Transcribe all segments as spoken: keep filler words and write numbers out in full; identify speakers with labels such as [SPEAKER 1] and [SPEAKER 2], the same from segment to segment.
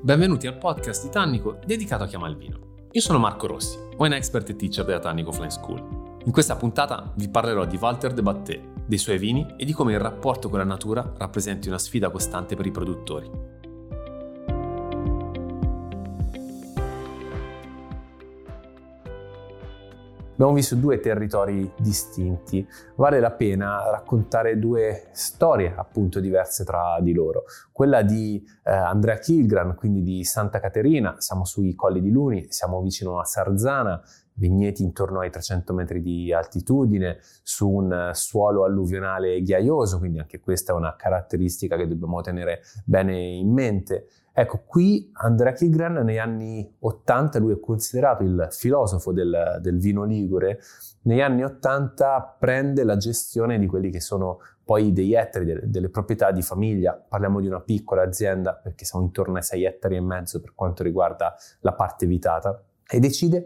[SPEAKER 1] Benvenuti al podcast di Tannico dedicato a chi ama il vino. Io sono Marco Rossi, wine expert e teacher della Tannico Flying School. In questa puntata vi parlerò di Walter de Batté, dei suoi vini e di come il rapporto con la natura rappresenti una sfida costante per i produttori.
[SPEAKER 2] Abbiamo visto due territori distinti, vale la pena raccontare due storie appunto diverse tra di loro. Quella di eh, Andrea Kilgran, quindi di Santa Caterina, siamo sui Colli di Luni, siamo vicino a Sarzana, vigneti intorno ai trecento metri di altitudine, su un suolo alluvionale ghiaioso, quindi anche questa è una caratteristica che dobbiamo tenere bene in mente. Ecco, qui Andrea Kilgran negli anni ottanta, lui è considerato il filosofo del, del vino ligure, negli anni ottanta prende la gestione di quelli che sono poi degli ettari, delle, delle proprietà di famiglia. Parliamo di una piccola azienda perché siamo intorno ai sei ettari e mezzo per quanto riguarda la parte vitata, e decide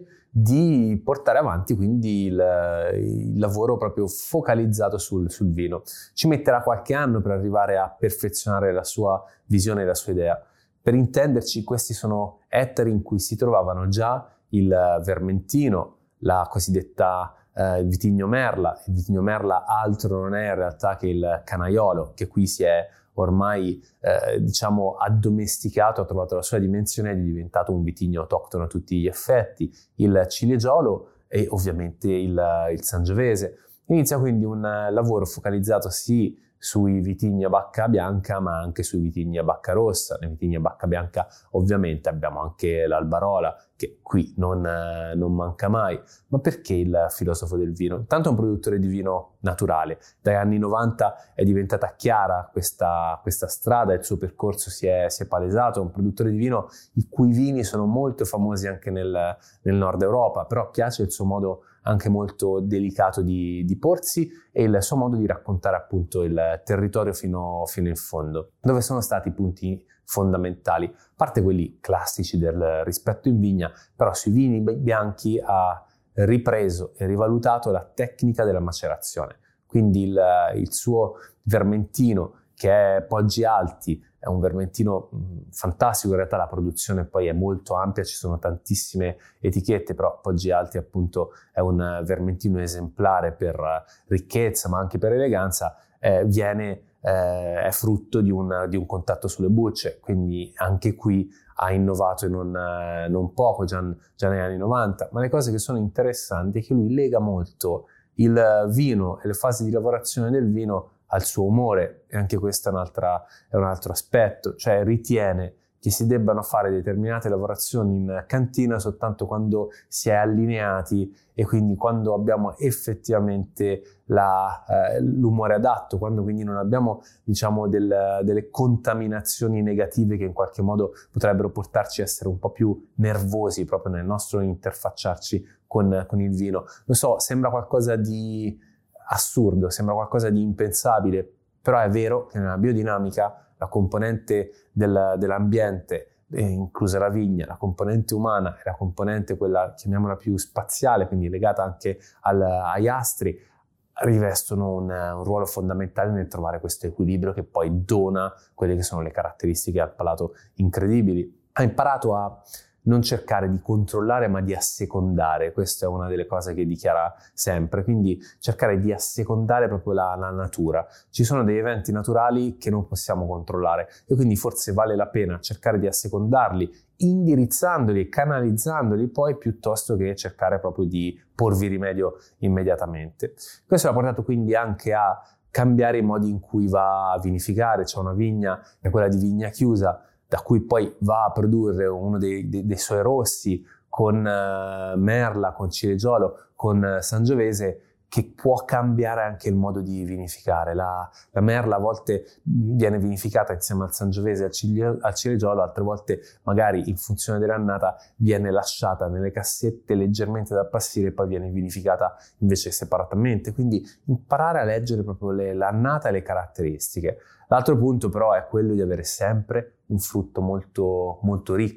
[SPEAKER 2] di portare avanti quindi il, il lavoro proprio focalizzato sul, sul vino. Ci metterà qualche anno per arrivare a perfezionare la sua visione e la sua idea. Per intenderci, questi sono ettari in cui si trovavano già il vermentino, la cosiddetta eh, vitigno merla. Il vitigno merla altro non è in realtà che il canaiolo, che qui si è ormai eh, diciamo addomesticato, ha trovato la sua dimensione ed è diventato un vitigno autoctono a tutti gli effetti, il ciliegiolo e ovviamente il, il sangiovese. Inizia quindi un lavoro focalizzato sì sui vitigni a bacca bianca, ma anche sui vitigni a bacca rossa. Nei vitigni a bacca bianca ovviamente abbiamo anche l'Albarola, che qui non, eh, non manca mai. Ma perché il filosofo del vino? Intanto è un produttore di vino naturale. Dagli anni novanta è diventata chiara questa, questa strada, il suo percorso si è, si è palesato. È un produttore di vino i cui vini sono molto famosi anche nel, nel nord Europa, però piace il suo modo anche molto delicato di, di porsi e il suo modo di raccontare appunto il territorio fino, fino in fondo. Dove sono stati i punti fondamentali? A parte quelli classici del rispetto in vigna, però sui vini bianchi ha ripreso e rivalutato la tecnica della macerazione. Quindi il, il suo vermentino, che è Poggi Alti, è un vermentino fantastico, in realtà la produzione poi è molto ampia, ci sono tantissime etichette, però Poggi Alti appunto è un vermentino esemplare per ricchezza ma anche per eleganza, eh, viene, eh, è frutto di un, di un contatto sulle bucce, quindi anche qui ha innovato e non, eh, non poco già, già negli anni novanta, ma le cose che sono interessanti è che lui lega molto il vino e le fasi di lavorazione del vino al suo umore, e anche questo è, un'altra, è un altro aspetto, cioè ritiene che si debbano fare determinate lavorazioni in cantina soltanto quando si è allineati e quindi quando abbiamo effettivamente la, eh, l'umore adatto, quando quindi non abbiamo diciamo del, delle contaminazioni negative che in qualche modo potrebbero portarci a essere un po' più nervosi proprio nel nostro interfacciarci con, con il vino. Lo so, sembra qualcosa di assurdo, sembra qualcosa di impensabile, però è vero che nella biodinamica la componente del, dell'ambiente, eh, inclusa la vigna, la componente umana e la componente quella, chiamiamola più spaziale, quindi legata anche al, agli astri, rivestono un, un ruolo fondamentale nel trovare questo equilibrio che poi dona quelle che sono le caratteristiche al palato incredibili. Ha imparato a non cercare di controllare ma di assecondare, questa è una delle cose che dichiara sempre, quindi cercare di assecondare proprio la, la natura. Ci sono degli eventi naturali che non possiamo controllare e quindi forse vale la pena cercare di assecondarli, indirizzandoli e canalizzandoli poi, piuttosto che cercare proprio di porvi rimedio immediatamente. Questo l'ha portato quindi anche a cambiare i modi in cui va a vinificare. C'è una vigna, che è quella di Vigna Chiusa, da cui poi va a produrre uno dei, dei, dei suoi rossi con uh, merla, con ciliegiolo, con uh, sangiovese, che può cambiare anche il modo di vinificare. La, la merla a volte viene vinificata insieme al sangiovese e al, cili- al ciliegiolo, altre volte magari in funzione dell'annata viene lasciata nelle cassette leggermente da appassire e poi viene vinificata invece separatamente. Quindi imparare a leggere proprio le, l'annata e le caratteristiche. L'altro punto però è quello di avere sempre un frutto molto, molto ricco,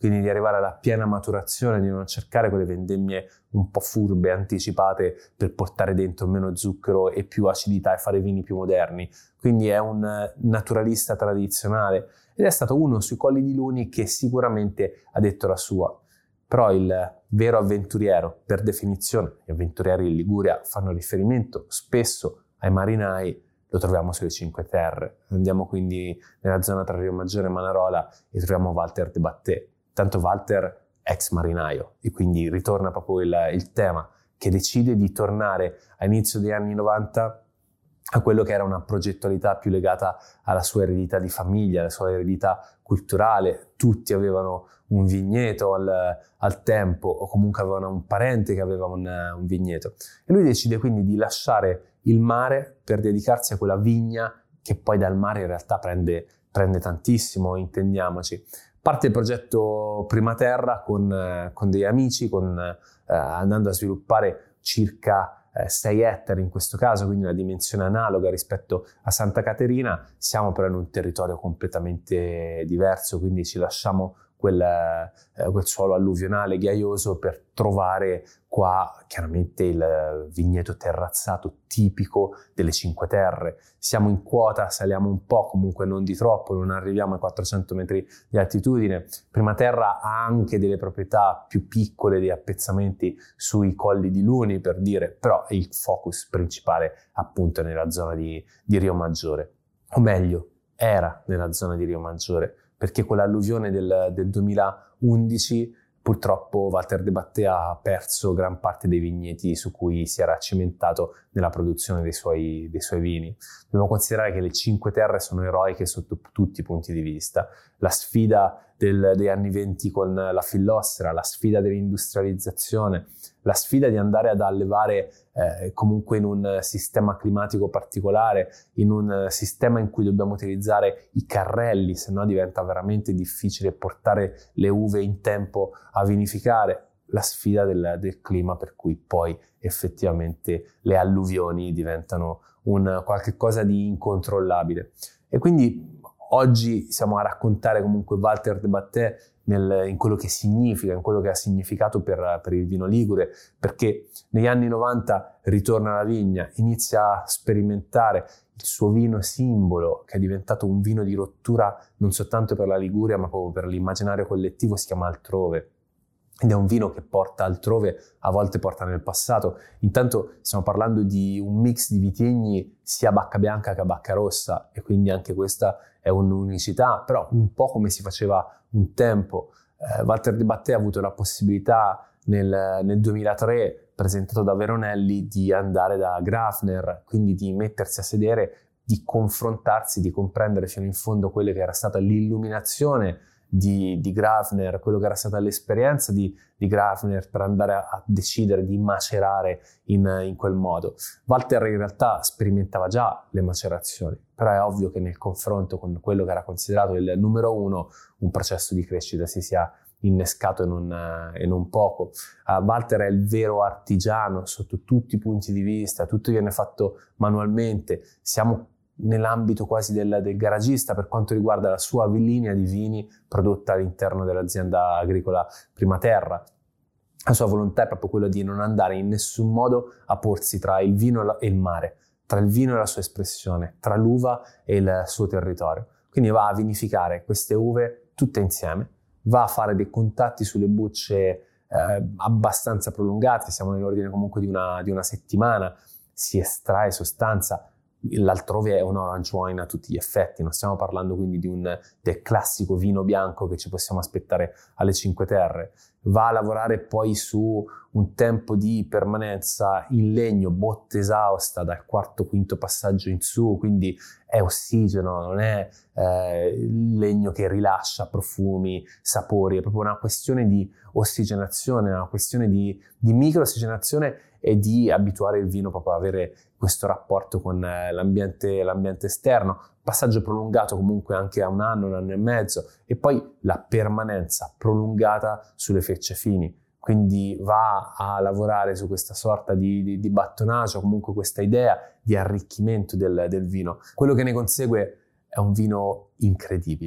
[SPEAKER 2] quindi di arrivare alla piena maturazione, di non cercare quelle vendemmie un po' furbe, anticipate per portare dentro meno zucchero e più acidità e fare vini più moderni. Quindi è un naturalista tradizionale ed è stato uno sui Colli di Luni che sicuramente ha detto la sua. Però il vero avventuriero, per definizione, gli avventurieri in Liguria fanno riferimento spesso ai marinai, lo troviamo sulle Cinque Terre. Andiamo quindi nella zona tra Rio Maggiore e Manarola e troviamo Walter de Batté. Tanto Walter, ex marinaio, e quindi ritorna proprio il, il tema, che decide di tornare a inizio degli anni novanta a quello che era una progettualità più legata alla sua eredità di famiglia, alla sua eredità culturale. Tutti avevano un vigneto al, al tempo, o comunque avevano un parente che aveva un, un vigneto. E lui decide quindi di lasciare il mare per dedicarsi a quella vigna che poi dal mare in realtà prende, prende tantissimo, intendiamoci. Parte il progetto Prima Terra con, con degli amici, con, eh, andando a sviluppare circa sei ettari in questo caso, quindi una dimensione analoga rispetto a Santa Caterina. Siamo però in un territorio completamente diverso, quindi ci lasciamo quel, eh, quel suolo alluvionale ghiaioso per trovare qua chiaramente il vigneto terrazzato tipico delle Cinque Terre. Siamo in quota, saliamo un po', comunque non di troppo, non arriviamo ai quattrocento metri di altitudine. Prima Terra ha anche delle proprietà più piccole di appezzamenti sui Colli di Luni, per dire, però il focus principale appunto è nella zona di, di Rio Maggiore, o meglio era nella zona di Rio Maggiore, perché con l'alluvione del, del duemilaundici purtroppo Walter de Batté ha perso gran parte dei vigneti su cui si era cimentato nella produzione dei suoi, dei suoi vini. Dobbiamo considerare che le Cinque Terre sono eroiche sotto tutti i punti di vista. La sfida del, degli anni venti con la fillossera, la sfida dell'industrializzazione, la sfida di andare ad allevare eh, comunque in un sistema climatico particolare, in un sistema in cui dobbiamo utilizzare i carrelli, se no diventa veramente difficile portare le uve in tempo a vinificare, la sfida del, del clima, per cui poi effettivamente le alluvioni diventano un qualche cosa di incontrollabile. E quindi oggi siamo a raccontare comunque Walter de Batté nel, in quello che significa, in quello che ha significato per, per il vino ligure, perché negli anni novanta ritorna alla vigna, inizia a sperimentare il suo vino simbolo, che è diventato un vino di rottura non soltanto per la Liguria ma proprio per l'immaginario collettivo, si chiama Altrove. Ed è un vino che porta altrove, a volte porta nel passato. Intanto stiamo parlando di un mix di vitigni sia bacca bianca che bacca rossa, e quindi anche questa è un'unicità, però un po' come si faceva un tempo. Eh, Walter de Batté ha avuto la possibilità nel, nel duemilatré, presentato da Veronelli, di andare da Grafner, quindi di mettersi a sedere, di confrontarsi, di comprendere fino in fondo quella che era stata l'illuminazione Di, di Grafner, quello che era stata l'esperienza di, di Grafner per andare a, a decidere di macerare in, in quel modo. Walter in realtà sperimentava già le macerazioni, però è ovvio che nel confronto con quello che era considerato il numero uno, un processo di crescita si sia innescato e non, e non poco. Uh, Walter è il vero artigiano sotto tutti i punti di vista, tutto viene fatto manualmente, siamo nell'ambito quasi del, del garagista per quanto riguarda la sua linea di vini prodotta all'interno dell'azienda agricola Prima Terra. La sua volontà è proprio quella di non andare in nessun modo a porsi tra il vino e il mare, tra il vino e la sua espressione, tra l'uva e il suo territorio. Quindi va a vinificare queste uve tutte insieme, va a fare dei contatti sulle bucce eh, abbastanza prolungati, siamo nell'ordine comunque di una, di una settimana, si estrae sostanza. L'Altrove è un orange wine a tutti gli effetti, non stiamo parlando quindi di un, del classico vino bianco che ci possiamo aspettare alle Cinque Terre. Va a lavorare poi su un tempo di permanenza in legno, botte esausta dal quarto quinto passaggio in su, quindi è ossigeno, non è eh, legno che rilascia profumi, sapori, è proprio una questione di ossigenazione, una questione di, di micro-ossigenazione e di abituare il vino proprio ad avere questo rapporto con l'ambiente, l'ambiente esterno. Passaggio prolungato comunque anche a un anno, un anno e mezzo, e poi la permanenza prolungata sulle fecce fini. Quindi va a lavorare su questa sorta di, di, di battonaggio, comunque questa idea di arricchimento del, del vino. Quello che ne consegue è un vino incredibile,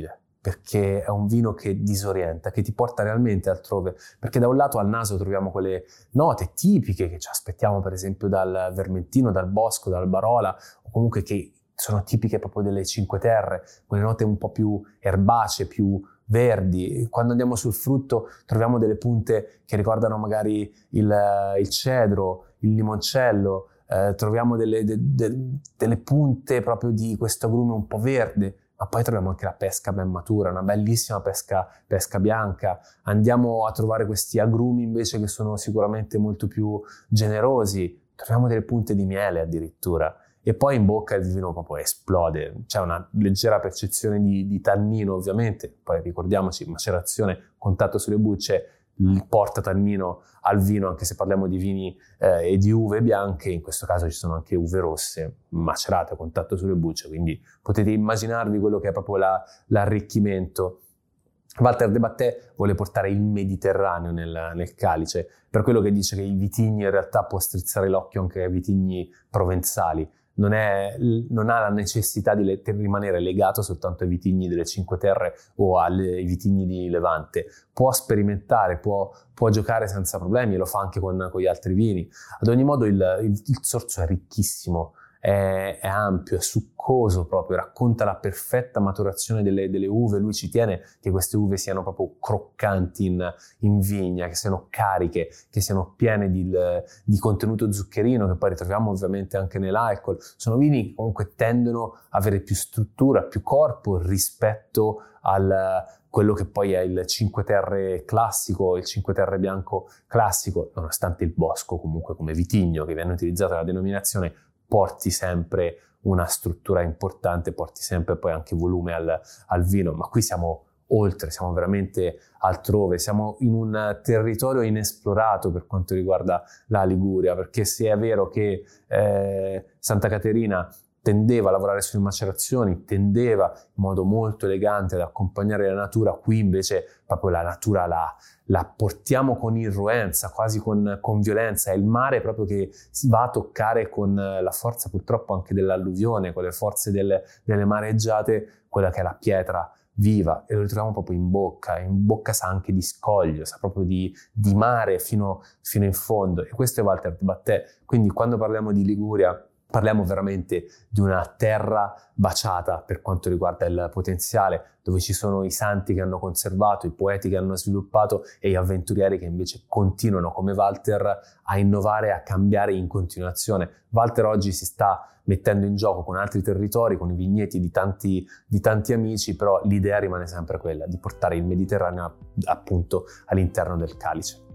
[SPEAKER 2] perché è un vino che disorienta, che ti porta realmente altrove, perché da un lato al naso troviamo quelle note tipiche che ci aspettiamo per esempio dal Vermentino, dal Bosco, dal Barola, o comunque che sono tipiche proprio delle Cinque Terre, quelle note un po' più erbacee, più verdi. Quando andiamo sul frutto troviamo delle punte che ricordano magari il, il cedro, il limoncello, eh, troviamo delle, de, de, delle punte proprio di questo agrume un po' verde, ma poi troviamo anche la pesca ben matura, una bellissima pesca, pesca bianca. Andiamo a trovare questi agrumi invece che sono sicuramente molto più generosi, troviamo delle punte di miele addirittura. E poi in bocca il vino proprio esplode, c'è una leggera percezione di, di tannino ovviamente, poi ricordiamoci, macerazione, contatto sulle bucce, il porta tannino al vino, anche se parliamo di vini eh, e di uve bianche, in questo caso ci sono anche uve rosse, macerate a contatto sulle bucce, quindi potete immaginarvi quello che è proprio la, l'arricchimento. Walter de Batté vuole portare il Mediterraneo nel, nel calice, per quello che dice che i vitigni in realtà può strizzare l'occhio anche ai vitigni provenzali. Non, è, non ha la necessità di, le, di rimanere legato soltanto ai vitigni delle Cinque Terre o alle, ai vitigni di Levante. Può sperimentare, può, può giocare senza problemi e lo fa anche con, con gli altri vini. Ad ogni modo il, il, il sorso è ricchissimo, è, è ampio, è succoso proprio, racconta la perfetta maturazione delle, delle uve. Lui ci tiene che queste uve siano proprio croccanti in, in vigna, che siano cariche, che siano piene di, di contenuto zuccherino, che poi ritroviamo ovviamente anche nell'alcol. Sono vini che comunque tendono a avere più struttura, più corpo rispetto al quello che poi è il Cinque Terre classico, il Cinque Terre bianco classico, nonostante il bosco comunque come vitigno che viene utilizzato nella denominazione porti sempre una struttura importante, porti sempre poi anche volume al, al vino, ma qui siamo oltre, siamo veramente altrove, siamo in un territorio inesplorato per quanto riguarda la Liguria, perché se è vero che eh, Santa Caterina tendeva a lavorare sulle macerazioni, tendeva in modo molto elegante ad accompagnare la natura, qui invece proprio la natura la, la portiamo con irruenza, quasi con, con violenza, è il mare proprio che si va a toccare con la forza purtroppo anche dell'alluvione, con le forze delle, delle mareggiate, quella che è la pietra viva, e lo ritroviamo proprio in bocca, in bocca sa anche di scoglio, sa proprio di, di mare fino, fino in fondo, e questo è Walter de Batté. Quindi quando parliamo di Liguria parliamo veramente di una terra baciata per quanto riguarda il potenziale, dove ci sono i santi che hanno conservato, i poeti che hanno sviluppato e gli avventurieri che invece continuano come Walter a innovare, a cambiare in continuazione. Walter oggi si sta mettendo in gioco con altri territori, con i vigneti di tanti, di tanti amici, però l'idea rimane sempre quella di portare il Mediterraneo appunto all'interno del calice.